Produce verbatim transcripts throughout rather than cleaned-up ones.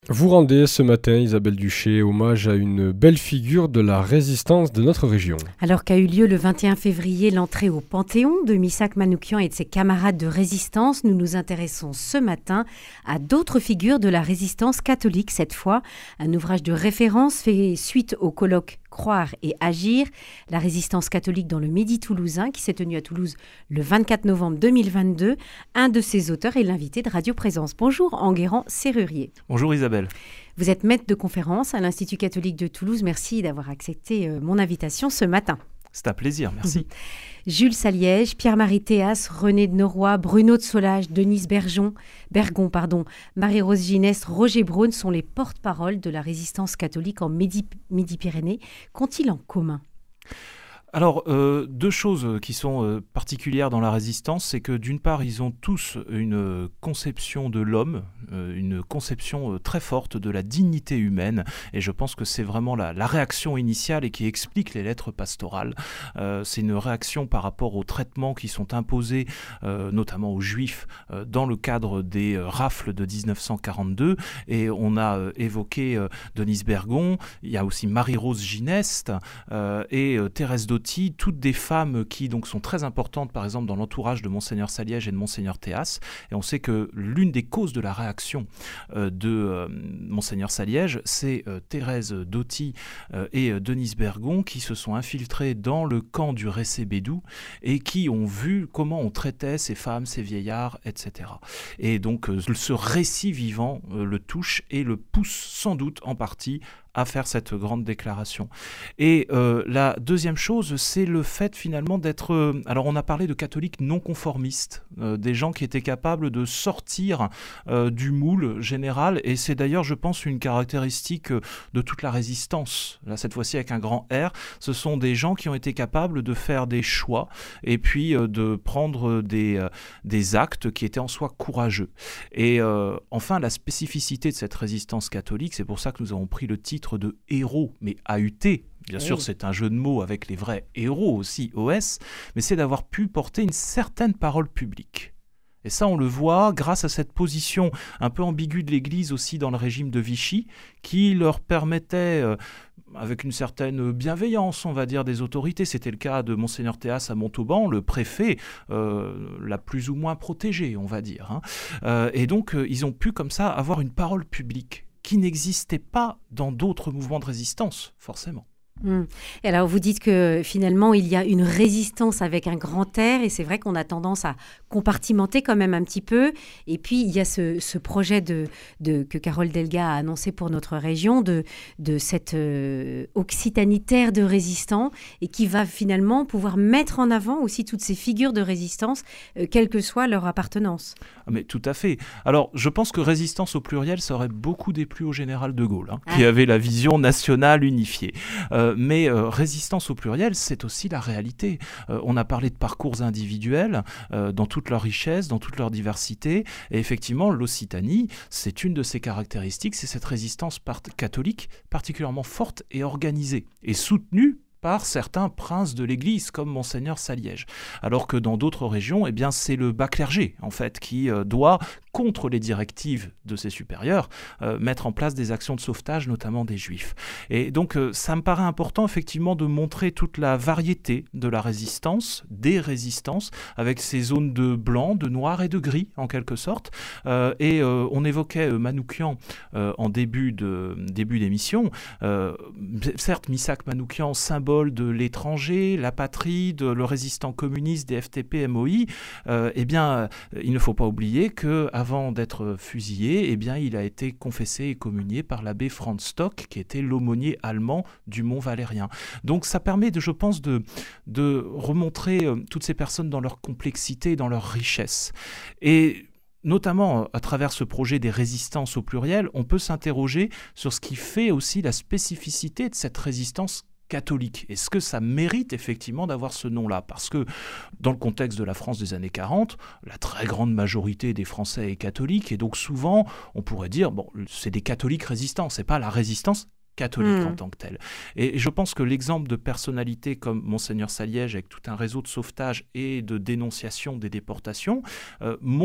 Vous rendez ce matin, Isabelle Duché, hommage à une belle figure de la résistance de notre région. Alors qu'a eu lieu le vingt et un février l'entrée au Panthéon de Missak Manouchian et de ses camarades de résistance, nous nous intéressons ce matin à d'autres figures de la résistance catholique. Cette fois, un ouvrage de référence fait suite au colloque Croire et agir, la résistance catholique dans le Midi toulousain qui s'est tenu à Toulouse le vingt-quatre novembre deux mille vingt-deux. Un de ses auteurs est l'invité de Radio Présence. Bonjour Enguerrand Serrurier. Bonjour Isabelle. Vous êtes maître de conférence à l'Institut catholique de Toulouse. Merci d'avoir accepté mon invitation ce matin. C'est un plaisir, merci. Jules Saliège, Pierre-Marie Théas, René de Noroy, Bruno de Solage, Denise Bergon, Bergon pardon, Marie-Rose Gineste, Roger Braun sont les porte-parole de la résistance catholique en Midi, Midi-Pyrénées. Qu'ont-ils en commun ? Alors, euh, deux choses qui sont euh, particulières dans la résistance, c'est que d'une part, ils ont tous une euh, conception de l'homme, euh, une conception euh, très forte de la dignité humaine, et je pense que c'est vraiment la, la réaction initiale et qui explique les lettres pastorales. Euh, c'est une réaction par rapport aux traitements qui sont imposés, euh, notamment aux Juifs, euh, dans le cadre des euh, rafles de dix-neuf cent quarante-deux, et on a euh, évoqué euh, Denise Bergon, il y a aussi Marie-Rose Gineste euh, et euh, Thérèse Dauty, toutes des femmes qui donc sont très importantes, par exemple dans l'entourage de Monseigneur Saliège et de Monseigneur Théas. Et on sait que l'une des causes de la réaction euh, de euh, Monseigneur Saliège, c'est euh, Thérèse Dauty euh, et euh, Denise Bergon qui se sont infiltrées dans le camp du Récébédou et qui ont vu comment on traitait ces femmes, ces vieillards, et cetera. Et donc euh, ce récit vivant euh, le touche et le pousse sans doute en partie à faire cette grande déclaration. Et euh, la deuxième chose, c'est le fait finalement d'être... Euh, alors on a parlé de catholiques non conformistes, euh, des gens qui étaient capables de sortir euh, du moule général, et c'est d'ailleurs, je pense, une caractéristique de toute la résistance. Là, cette fois-ci avec un grand R, ce sont des gens qui ont été capables de faire des choix, et puis euh, de prendre des, euh, des actes qui étaient en soi courageux. Et euh, enfin, la spécificité de cette résistance catholique, c'est pour ça que nous avons pris le titre de héros, mais A U T, bien oui. sûr c'est un jeu de mots avec les vrais héros aussi, O S, mais c'est d'avoir pu porter une certaine parole publique. Et ça, on le voit grâce à cette position un peu ambiguë de l'Église aussi dans le régime de Vichy, qui leur permettait, euh, avec une certaine bienveillance, on va dire, des autorités, c'était le cas de Monseigneur Théas à Montauban, le préfet euh, l'a plus ou moins protégé, on va dire. Hein. Euh, et donc, euh, ils ont pu comme ça avoir une parole publique qui n'existait pas dans d'autres mouvements de résistance, forcément. Mmh. Et alors vous dites que finalement il y a une résistance avec un grand R et c'est vrai qu'on a tendance à compartimenter quand même un petit peu, et puis il y a ce, ce projet de, de, que Carole Delga a annoncé pour notre région de, de cette euh, occitanitaire de résistants et qui va finalement pouvoir mettre en avant aussi toutes ces figures de résistance euh, quelle que soit leur appartenance. Ah mais tout à fait. Alors je pense que résistance au pluriel ça aurait beaucoup déplu au général de Gaulle hein, ah. qui avait la vision nationale unifiée. Euh, mais euh, résistance au pluriel, c'est aussi la réalité. Euh, on a parlé de parcours individuels euh, dans toute leur richesse, dans toute leur diversité. Et effectivement, l'Occitanie, c'est une de ses caractéristiques, c'est cette résistance part- catholique particulièrement forte et organisée, et soutenue par certains princes de l'Église, comme Monseigneur Saliège. Alors que dans d'autres régions, eh bien, c'est le bas clergé, en fait, qui euh, doit, contre les directives de ses supérieurs, euh, mettre en place des actions de sauvetage, notamment des Juifs. Et donc, euh, ça me paraît important, effectivement, de montrer toute la variété de la résistance, des résistances, avec ces zones de blanc, de noir et de gris, en quelque sorte. Euh, et euh, on évoquait euh, Manouchian euh, en début, de, début d'émission. Euh, certes, Missak Manouchian, symbole de l'étranger, la patrie, de le résistant communiste des F T P M O I, euh, eh bien, euh, il ne faut pas oublier qu'avant d'être fusillé, eh bien, il a été confessé et communié par l'abbé Franz Stock, qui était l'aumônier allemand du Mont Valérien. Donc ça permet, de, je pense, de, de remontrer euh, toutes ces personnes dans leur complexité, dans leur richesse. Et notamment à travers ce projet des résistances au pluriel, on peut s'interroger sur ce qui fait aussi la spécificité de cette résistance catholique. Est-ce que ça mérite effectivement d'avoir ce nom-là ? Parce que dans le contexte de la France des années quarante, la très grande majorité des Français est catholique, et donc souvent, on pourrait dire, bon, c'est des catholiques résistants, c'est pas la résistance catholique mmh. en tant que telle. Et je pense que l'exemple de personnalités comme Monseigneur Saliège, avec tout un réseau de sauvetage et de dénonciation des déportations, euh, montre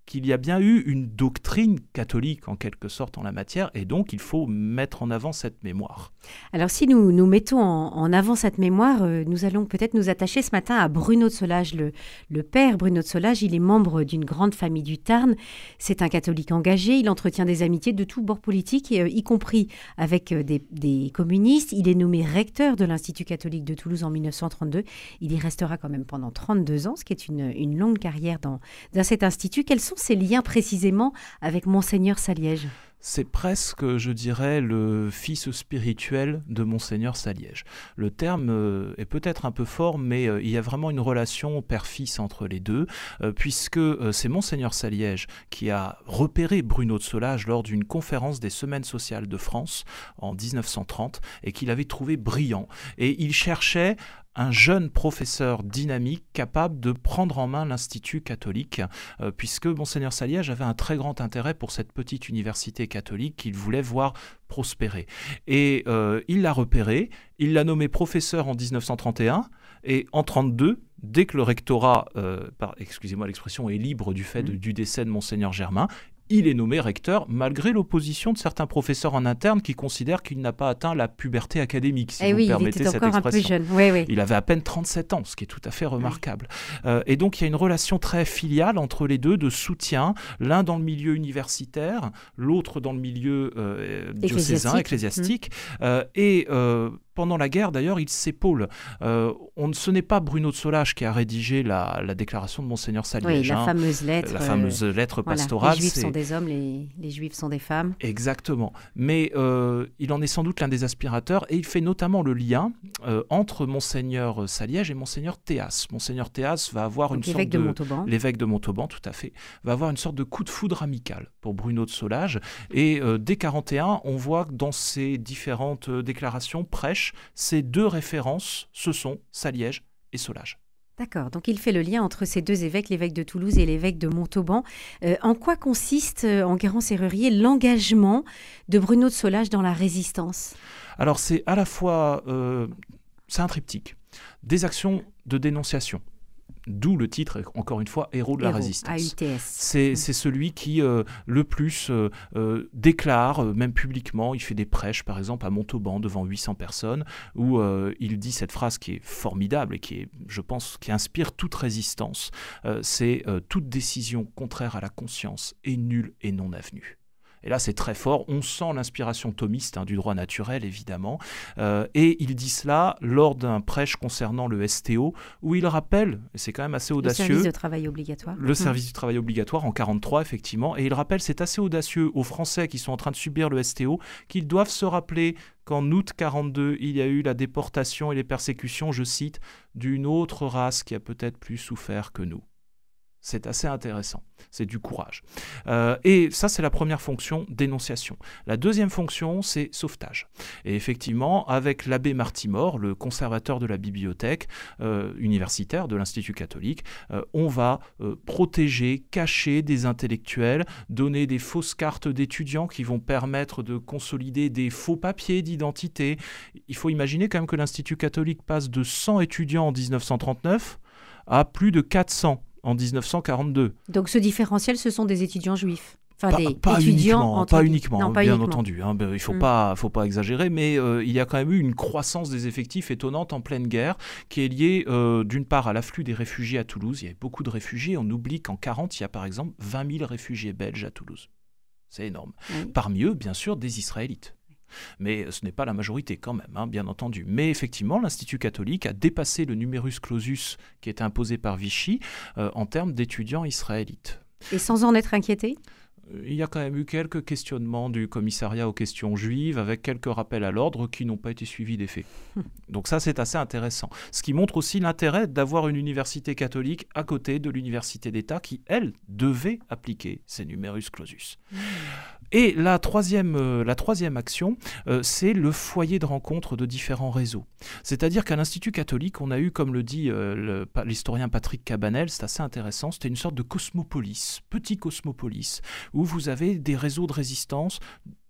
qu'il y a bien eu une doctrine catholique en quelque sorte en la matière, et donc il faut mettre en avant cette mémoire. Alors si nous, nous mettons en, en avant cette mémoire, euh, nous allons peut-être nous attacher ce matin à Bruno de Solage. Le, le père Bruno de Solage, il est membre d'une grande famille du Tarn. C'est un catholique engagé, il entretient des amitiés de tous bords politiques, et, euh, y compris avec euh, des, des communistes. Il est nommé recteur de l'Institut catholique de Toulouse en mille neuf cent trente-deux. Il y restera quand même pendant trente-deux ans, ce qui est une, une longue carrière dans, dans cet institut. Quels sont ses liens précisément avec Monseigneur Saliège ? C'est presque, je dirais, le fils spirituel de Monseigneur Saliège. Le terme euh, est peut-être un peu fort, mais euh, il y a vraiment une relation père-fils entre les deux, euh, puisque euh, c'est Monseigneur Saliège qui a repéré Bruno de Solage lors d'une conférence des Semaines sociales de France en dix-neuf cent trente, et qu'il avait trouvé brillant. Et il cherchait un jeune professeur dynamique capable de prendre en main l'Institut catholique, euh, puisque Monseigneur Saliège avait un très grand intérêt pour cette petite université catholique qu'il voulait voir prospérer. Et euh, il l'a repéré, il l'a nommé professeur en dix-neuf cent trente et un, et en trente-deux, dès que le rectorat, euh, par, excusez-moi l'expression, est libre du fait de, du décès de Monseigneur Germain, il est nommé recteur malgré l'opposition de certains professeurs en interne qui considèrent qu'il n'a pas atteint la puberté académique, si eh vous oui, permettez il était cette encore expression. Un peu jeune. Oui, oui. Il avait à peine trente-sept ans, ce qui est tout à fait remarquable. Oui. Euh, et donc il y a une relation très filiale entre les deux, de soutien, l'un dans le milieu universitaire, l'autre dans le milieu euh, diocésain, ecclésiastique. Mmh. Euh, et euh, pendant la guerre, d'ailleurs, ils s'épaulent. Euh, on, ce n'est pas Bruno de Solage qui a rédigé la, la déclaration de Monseigneur Saliège. Oui, la hein, fameuse lettre. La fameuse lettre voilà, pastorale. Les Juifs sont des hommes, les, les Juifs sont des femmes. Exactement. Mais euh, il en est sans doute l'un des aspirateurs, et il fait notamment le lien euh, entre Monseigneur Saliège et Monseigneur Théas. Monseigneur Théas va avoir Donc une l'évêque sorte de... de Montauban. L'évêque de Montauban, tout à fait, va avoir une sorte de coup de foudre amical pour Bruno de Solage. Et euh, dès quarante et un, on voit que dans ses différentes euh, déclarations, prêches, ces deux références, ce sont Saliège et Solage. D'accord, donc il fait le lien entre ces deux évêques, l'évêque de Toulouse et l'évêque de Montauban. Euh, en quoi consiste, euh, Enguerrand-Serrurier, l'engagement de Bruno de Solage dans la résistance ? Alors c'est à la fois, euh, c'est un triptyque, des actions de dénonciation. D'où le titre, encore une fois, Héros de la Héros, Résistance. A U T S. C'est, mmh. c'est celui qui euh, le plus euh, euh, déclare, euh, même publiquement, il fait des prêches, par exemple, à Montauban, devant huit cents personnes, où euh, il dit cette phrase qui est formidable et qui est, je pense, qui inspire toute résistance. Euh, c'est euh, « Toute décision contraire à la conscience est nulle et non avenue ». Et là, c'est très fort. On sent l'inspiration thomiste hein, du droit naturel, évidemment. Euh, et il dit cela lors d'un prêche concernant le S T O, où il rappelle, et c'est quand même assez audacieux... Le service de travail obligatoire. Le mmh. service du travail obligatoire en quarante-trois, effectivement. Et il rappelle, c'est assez audacieux aux Français qui sont en train de subir le S T O, qu'ils doivent se rappeler qu'en août quarante-deux, il y a eu la déportation et les persécutions, je cite, d'une autre race qui a peut-être plus souffert que nous. C'est assez intéressant, c'est du courage. Euh, et ça, c'est la première fonction, dénonciation. La deuxième fonction, c'est sauvetage. Et effectivement, avec l'abbé Martimor, le conservateur de la bibliothèque euh, universitaire de l'Institut catholique, euh, on va euh, protéger, cacher des intellectuels, donner des fausses cartes d'étudiants qui vont permettre de consolider des faux papiers d'identité. Il faut imaginer quand même que l'Institut catholique passe de cent étudiants en dix-neuf cent trente-neuf à plus de quatre cents en dix-neuf cent quarante-deux. Donc ce différentiel, ce sont des étudiants juifs. Enfin, pas, des pas étudiants uniquement, entre... pas uniquement, non, hein, pas bien uniquement. entendu. Hein, ben, il ne faut, mm. pas, faut pas exagérer, mais euh, il y a quand même eu une croissance des effectifs étonnante en pleine guerre, qui est liée euh, d'une part à l'afflux des réfugiés à Toulouse. Il y avait beaucoup de réfugiés. On oublie qu'en quarante, il y a par exemple vingt mille réfugiés belges à Toulouse. C'est énorme. Oui. Parmi eux, bien sûr, des Israélites. Mais ce n'est pas la majorité quand même, hein, bien entendu. Mais effectivement, l'Institut catholique a dépassé le numerus clausus qui était imposé par Vichy euh, en termes d'étudiants israélites. Et sans en être inquiété ? Il y a quand même eu quelques questionnements du commissariat aux questions juives avec quelques rappels à l'ordre qui n'ont pas été suivis d'effet. Donc ça, c'est assez intéressant. Ce qui montre aussi l'intérêt d'avoir une université catholique à côté de l'université d'État qui, elle, devait appliquer ces numerus clausus. Et la troisième, euh, la troisième action, euh, c'est le foyer de rencontre de différents réseaux. C'est-à-dire qu'à l'Institut catholique, on a eu, comme le dit euh, le, l'historien Patrick Cabanel, c'est assez intéressant, c'était une sorte de cosmopolis, petit cosmopolis, où vous avez des réseaux de résistance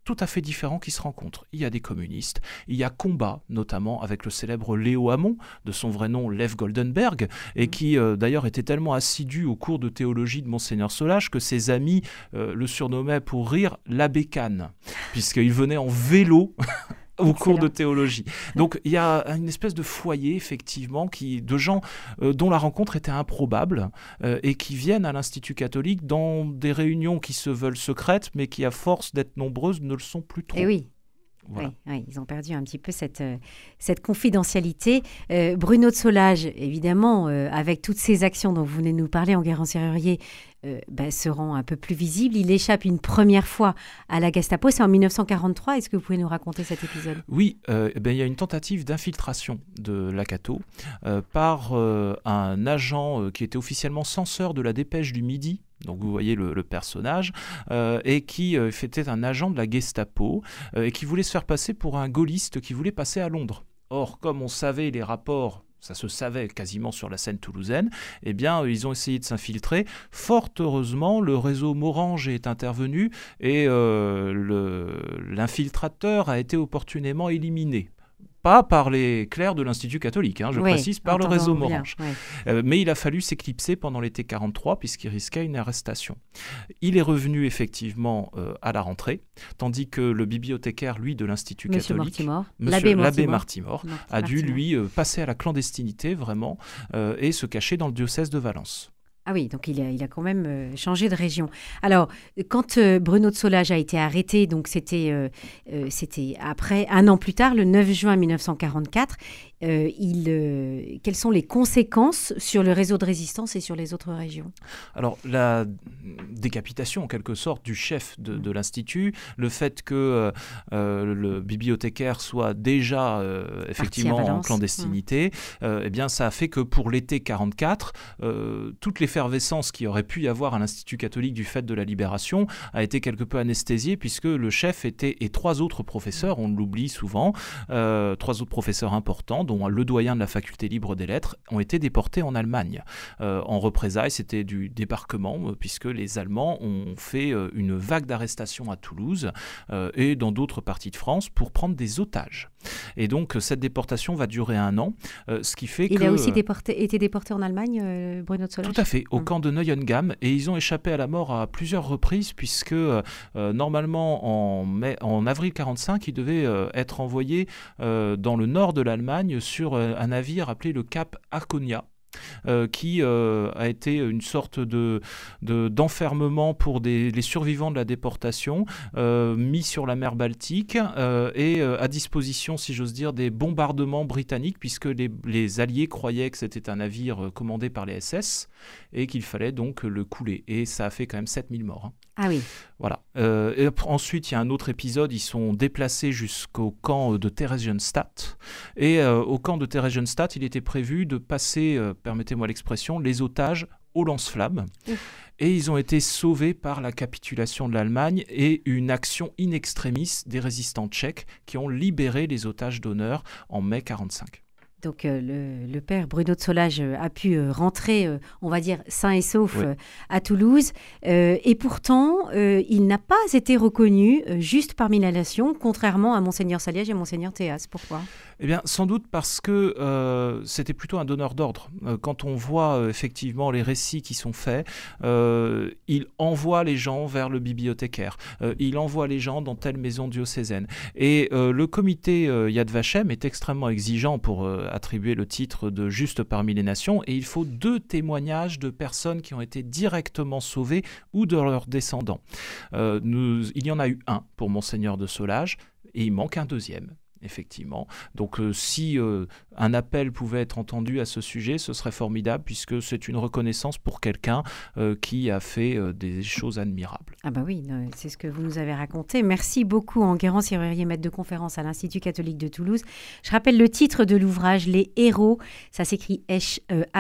tout à fait différents qui se rencontrent. Il y a des communistes, il y a combat, notamment avec le célèbre Léo Hamon, de son vrai nom Lev Goldenberg, et qui euh, d'ailleurs était tellement assidu au cours de théologie de Monseigneur Solage que ses amis euh, le surnommaient pour rire l'abbé Cannes, puisqu'il venait en vélo au Excellent. Cours de théologie. Donc il y a une espèce de foyer, effectivement, qui, de gens euh, dont la rencontre était improbable euh, et qui viennent à l'Institut catholique dans des réunions qui se veulent secrètes, mais qui, à force d'être nombreuses, ne le sont plus trop. Et oui. Voilà. Oui, oui, ils ont perdu un petit peu cette, euh, cette confidentialité. Euh, Bruno de Solage, évidemment, euh, avec toutes ces actions dont vous venez de nous parler, Enguerrand-Serrurier, euh, bah, se rend un peu plus visible. Il échappe une première fois à la Gestapo, c'est en mille neuf cent quarante-trois. Est-ce que vous pouvez nous raconter cet épisode ? Oui, euh, ben, il y a une tentative d'infiltration de la Cato euh, par euh, un agent euh, qui était officiellement censeur de la Dépêche du Midi. Donc vous voyez le, le personnage, euh, et qui euh, était un agent de la Gestapo euh, et qui voulait se faire passer pour un gaulliste qui voulait passer à Londres. Or, comme on savait les rapports, ça se savait quasiment sur la scène toulousaine, eh bien ils ont essayé de s'infiltrer. Fort heureusement, le réseau Morange est intervenu et euh, le, l'infiltrateur a été opportunément éliminé. Pas par les clercs de l'Institut catholique, hein, je oui, précise, par le réseau Morange. Oui. Euh, mais il a fallu s'éclipser pendant l'été quarante-trois puisqu'il risquait une arrestation. Il est revenu effectivement euh, à la rentrée, tandis que le bibliothécaire, lui, de l'Institut Monsieur catholique, Martimore, Monsieur l'abbé Martimore, Martimore, a dû, lui, euh, passer à la clandestinité, vraiment, euh, et se cacher dans le diocèse de Valence. Ah oui, donc il a, il a quand même euh, changé de région. Alors, quand euh, Bruno de Solage a été arrêté, donc c'était, euh, euh, c'était après, un an plus tard, le neuf juin mille neuf cent quarante-quatre, euh, il, euh, quelles sont les conséquences sur le réseau de résistance et sur les autres régions ? Alors, la décapitation, en quelque sorte, du chef de, de l'Institut, le fait que euh, le bibliothécaire soit déjà euh, effectivement en clandestinité, mmh. euh, eh bien, ça a fait que pour l'été quarante-quatre, euh, toutes les l'effervescence qu'il aurait pu y avoir à l'Institut catholique du fait de la libération a été quelque peu anesthésiée puisque le chef était, et trois autres professeurs, on l'oublie souvent, euh, trois autres professeurs importants, dont le doyen de la faculté libre des lettres, ont été déportés en Allemagne. Euh, en représailles, c'était du débarquement euh, puisque les Allemands ont fait euh, une vague d'arrestations à Toulouse euh, et dans d'autres parties de France pour prendre des otages. Et donc, cette déportation va durer un an, euh, ce qui fait Il que... Il a aussi déporté, été déporté en Allemagne, euh, Bruno de Solage ? Tout à fait, au mmh. camp de Neuengamme, et ils ont échappé à la mort à plusieurs reprises, puisque euh, normalement, en, mai, en avril quarante-cinq, ils devaient euh, être envoyés euh, dans le nord de l'Allemagne sur euh, un navire appelé le Cap Arconia. Euh, qui euh, a été une sorte de, de, d'enfermement pour des, les survivants de la déportation, euh, mis sur la mer Baltique euh, et euh, à disposition, si j'ose dire, des bombardements britanniques, puisque les, les Alliés croyaient que c'était un navire commandé par les S S et qu'il fallait donc le couler. Et ça a fait quand même sept mille morts. Hein. Ah oui. Voilà. Euh, et ensuite, il y a un autre épisode, ils sont déplacés jusqu'au camp de Theresienstadt. Et euh, au camp de Theresienstadt, il était prévu de passer, euh, permettez-moi l'expression, les otages au lance-flammes. Et ils ont été sauvés par la capitulation de l'Allemagne et une action in extremis des résistants tchèques qui ont libéré les otages d'honneur en mai quarante-cinq. Donc euh, le, le père Bruno de Solage euh, a pu euh, rentrer, euh, on va dire, sain et sauf oui. euh, à Toulouse. Euh, et pourtant, euh, il n'a pas été reconnu euh, juste parmi la nation, contrairement à Monseigneur Saliège et Monseigneur Théas. Pourquoi ? Eh bien, sans doute parce que euh, c'était plutôt un donneur d'ordre. Euh, quand on voit euh, effectivement les récits qui sont faits, euh, il envoie les gens vers le bibliothécaire. Euh, il envoie les gens dans telle maison diocésaine. Et euh, le comité euh, Yad Vashem est extrêmement exigeant pour euh, attribuer le titre de juste parmi les nations. Et il faut deux témoignages de personnes qui ont été directement sauvées ou de leurs descendants. Euh, nous, il y en a eu un pour Monseigneur de Solage et il manque un deuxième. Effectivement. Donc euh, si euh, un appel pouvait être entendu à ce sujet, ce serait formidable puisque c'est une reconnaissance pour quelqu'un euh, qui a fait euh, des choses admirables. Ah bah oui, c'est ce que vous nous avez raconté. Merci beaucoup Enguerrand-Serrurier, maître de conférence à l'Institut catholique de Toulouse. Je rappelle le titre de l'ouvrage, Les héros, ça s'écrit H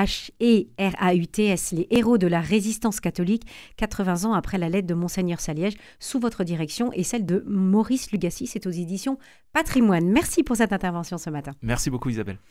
E R A U T S, Les héros de la résistance catholique, quatre-vingts ans après la lettre de Monseigneur Saliège, sous votre direction et celle de Maurice Lugassi, c'est aux éditions Patrimoine. Merci pour cette intervention ce matin. Merci beaucoup Isabelle.